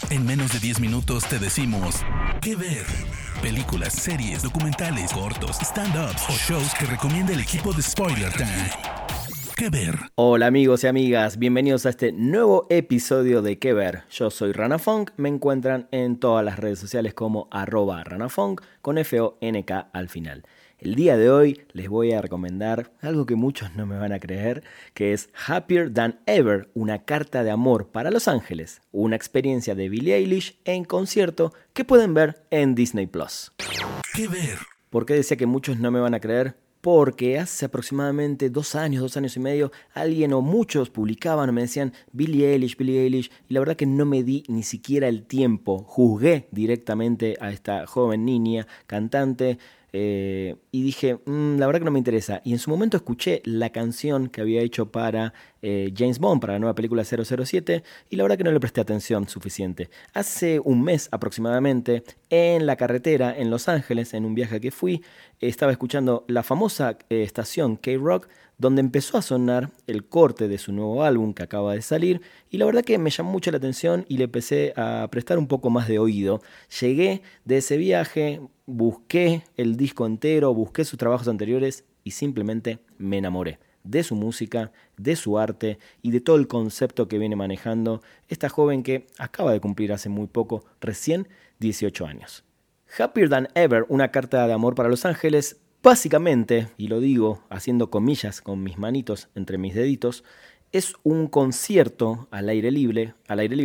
En menos de 10 minutos te decimos qué ver. Películas, series, documentales, cortos, stand-ups o shows que recomienda el equipo de Spoiler Time. ¿Qué ver? Hola amigos y amigas, bienvenidos a este nuevo episodio de ¿Qué ver? Yo soy Ranafunk, me encuentran en todas las redes sociales como @Ranafunk con F-O-N-K al final. El día de hoy les voy a recomendar algo que muchos no me van a creer, que es Happier Than Ever, una carta de amor para Los Ángeles, una experiencia de Billie Eilish en concierto que pueden ver en Disney+. ¿Qué ver? ¿Por qué decía que muchos no me van a creer? Porque hace aproximadamente 2 años y medio, alguien o muchos publicaban o me decían Billie Eilish, y la verdad que no me di ni siquiera el tiempo, juzgué directamente a esta joven niña, cantante, y dije, la verdad que no me interesa. Y en su momento escuché la canción que había hecho para James Bond, para la nueva película 007, y la verdad que no le presté atención suficiente. Hace un mes aproximadamente, en la carretera en Los Ángeles, en un viaje que fui, estaba escuchando la famosa estación K-Rock, donde empezó a sonar el corte de su nuevo álbum que acaba de salir, y la verdad que me llamó mucho la atención y le empecé a prestar un poco más de oído. Llegué de ese viaje, busqué el disco entero, busqué sus trabajos anteriores y simplemente me enamoré de su música, de su arte y de todo el concepto que viene manejando esta joven que acaba de cumplir hace muy poco, recién 18 años. Happier Than Ever, una carta de amor para Los Ángeles, básicamente, y lo digo haciendo comillas con mis manitos entre mis deditos, es un concierto al aire libre,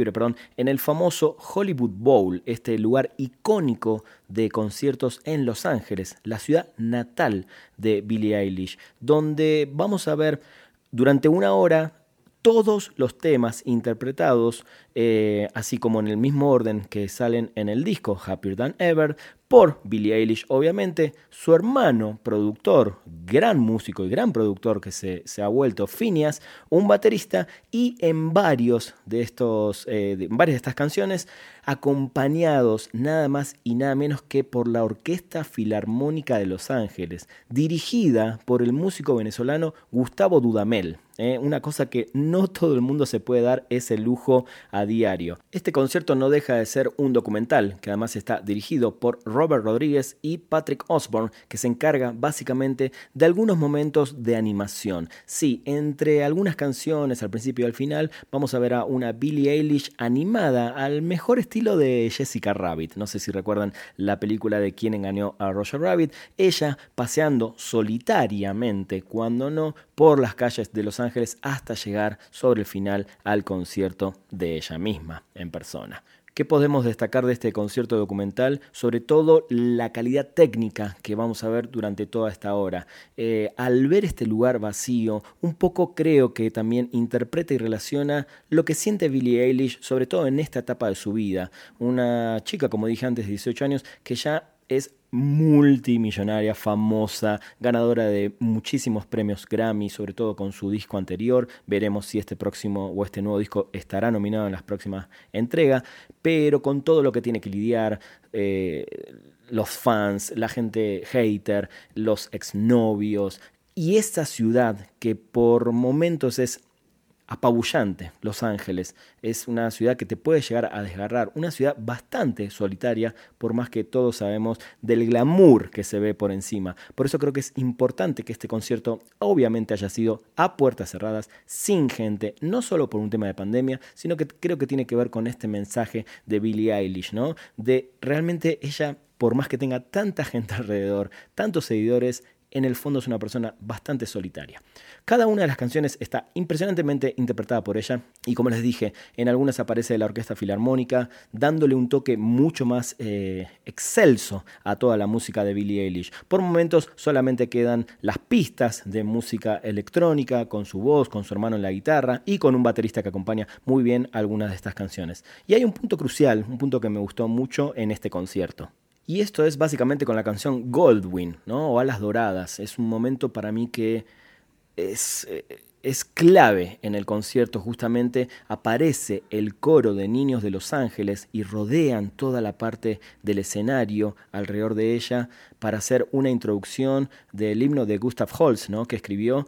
en el famoso Hollywood Bowl, este lugar icónico de conciertos en Los Ángeles, la ciudad natal de Billie Eilish, donde vamos a ver durante 1 hora todos los temas interpretados, así como en el mismo orden que salen en el disco Happier Than Ever, por Billie Eilish, obviamente, su hermano productor, gran músico y gran productor que se ha vuelto Phineas, un baterista, y en varias de estas canciones, acompañados nada más y nada menos que por la Orquesta Filarmónica de Los Ángeles, dirigida por el músico venezolano Gustavo Dudamel. Una cosa que no todo el mundo se puede dar ese lujo a diario. Este concierto no deja de ser un documental, que además está dirigido por Robert Rodríguez y Patrick Osborne, que se encarga básicamente de algunos momentos de animación. Sí, entre algunas canciones, al principio y al final, vamos a ver a una Billie Eilish animada al mejor estilo de Jessica Rabbit. No sé si recuerdan la película de Quién engañó a Roger Rabbit. Ella paseando solitariamente, cuando no, por las calles de Los Ángeles hasta llegar sobre el final al concierto de ella misma en persona. ¿Qué podemos destacar de este concierto documental? Sobre todo la calidad técnica que vamos a ver durante toda esta hora. Al ver este lugar vacío, un poco creo que también interpreta y relaciona lo que siente Billie Eilish, sobre todo en esta etapa de su vida. Una chica, como dije antes, de 18 años, que ya es multimillonaria, famosa, ganadora de muchísimos premios Grammy, sobre todo con su disco anterior. Veremos si este próximo o este nuevo disco estará nominado en las próximas entregas, pero con todo lo que tiene que lidiar, los fans, la gente hater, los exnovios y esta ciudad que por momentos es apabullante. Los Ángeles es una ciudad que te puede llegar a desgarrar, una ciudad bastante solitaria, por más que todos sabemos del glamour que se ve por encima. Por eso creo que es importante que este concierto obviamente haya sido a puertas cerradas, sin gente, no solo por un tema de pandemia, sino que creo que tiene que ver con este mensaje de Billie Eilish, ¿no? De realmente ella, por más que tenga tanta gente alrededor, tantos seguidores, en el fondo es una persona bastante solitaria. Cada una de las canciones está impresionantemente interpretada por ella y, como les dije, en algunas aparece la Orquesta Filarmónica dándole un toque mucho más excelso a toda la música de Billie Eilish. Por momentos solamente quedan las pistas de música electrónica con su voz, con su hermano en la guitarra y con un baterista que acompaña muy bien algunas de estas canciones. Y hay un punto crucial, un punto que me gustó mucho en este concierto. Y esto es básicamente con la canción Goldwyn, ¿no? O Alas Doradas. Es un momento para mí que es es clave en el concierto. Justamente aparece el coro de niños de Los Ángeles y rodean toda la parte del escenario alrededor de ella para hacer una introducción del himno de Gustav Holst, ¿no? Que escribió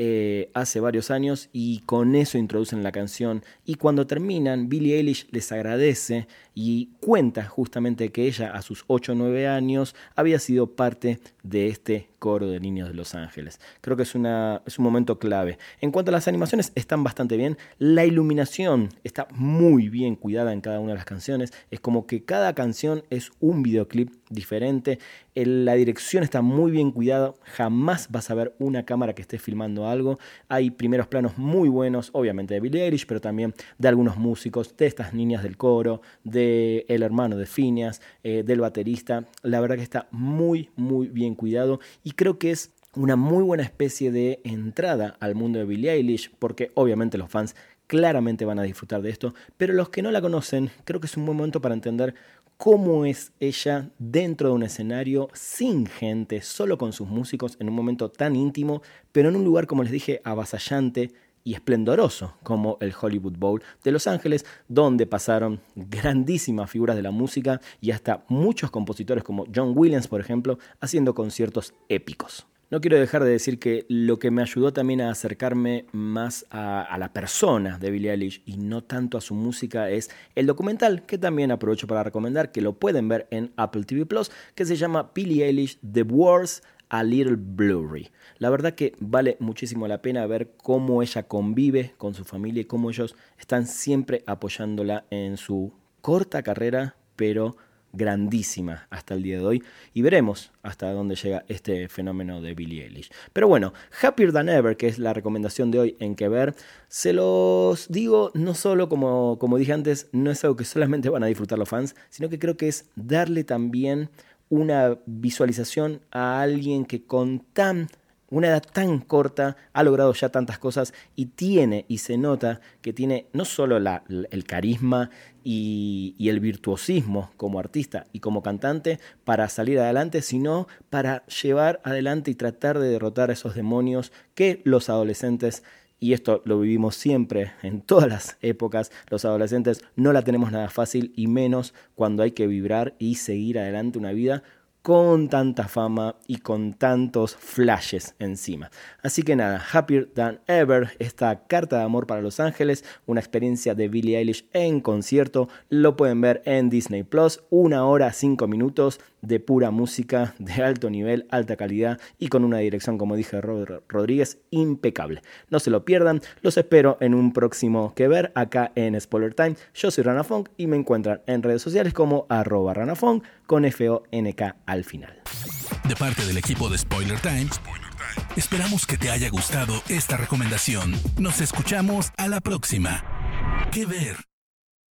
hace varios años, y con eso introducen la canción. Y cuando terminan, Billie Eilish les agradece y cuenta justamente que ella a sus 8 o 9 años había sido parte de este coro de niños de Los Ángeles. Creo que es un momento clave. En cuanto a las animaciones, están bastante bien. La iluminación está muy bien cuidada en cada una de las canciones. Es como que cada canción es un videoclip diferente. La dirección está muy bien cuidada. Jamás vas a ver una cámara que esté filmando algo. Hay primeros planos muy buenos, obviamente de Billie Eilish, pero también de algunos músicos, de estas niñas del coro, del hermano de Phineas, del baterista. La verdad que está muy, muy bien cuidado, y creo que es una muy buena especie de entrada al mundo de Billie Eilish, porque obviamente los fans claramente van a disfrutar de esto, pero los que no la conocen, creo que es un buen momento para entender cómo es ella dentro de un escenario sin gente, solo con sus músicos, en un momento tan íntimo, pero en un lugar, como les dije, avasallante y esplendoroso como el Hollywood Bowl de Los Ángeles, donde pasaron grandísimas figuras de la música y hasta muchos compositores como John Williams, por ejemplo, haciendo conciertos épicos. No quiero dejar de decir que lo que me ayudó también a acercarme más a la persona de Billie Eilish y no tanto a su música es el documental, que también aprovecho para recomendar, que lo pueden ver en Apple TV+, que se llama Billie Eilish: The World's a Little Blurry. La verdad que vale muchísimo la pena ver cómo ella convive con su familia y cómo ellos están siempre apoyándola en su corta carrera, pero grandísima hasta el día de hoy, y veremos hasta dónde llega este fenómeno de Billie Eilish. Pero bueno, Happier Than Ever, que es la recomendación de hoy en Que Ver, se los digo no solo, como dije antes, no es algo que solamente van a disfrutar los fans, sino que creo que es darle también una visualización a alguien que con una edad tan corta ha logrado ya tantas cosas, y se nota que tiene no solo el carisma y el virtuosismo como artista y como cantante para salir adelante, sino para llevar adelante y tratar de derrotar a esos demonios que los adolescentes, y esto lo vivimos siempre en todas las épocas, los adolescentes no la tenemos nada fácil, y menos cuando hay que vibrar y seguir adelante una vida con tanta fama y con tantos flashes encima. Así que nada, Happier Than Ever, esta carta de amor para Los Ángeles, una experiencia de Billie Eilish en concierto, lo pueden ver en Disney+, 1 hora 5 minutos de pura música de alto nivel, alta calidad, y con una dirección, como dije, Rodríguez, impecable. No se lo pierdan, los espero en un próximo Que Ver acá en Spoiler Time. Yo soy Rana Fong y me encuentran en redes sociales como @RanaFong con FONK al final. De parte del equipo de Spoiler Time, esperamos que te haya gustado esta recomendación. Nos escuchamos a la próxima. Que Ver.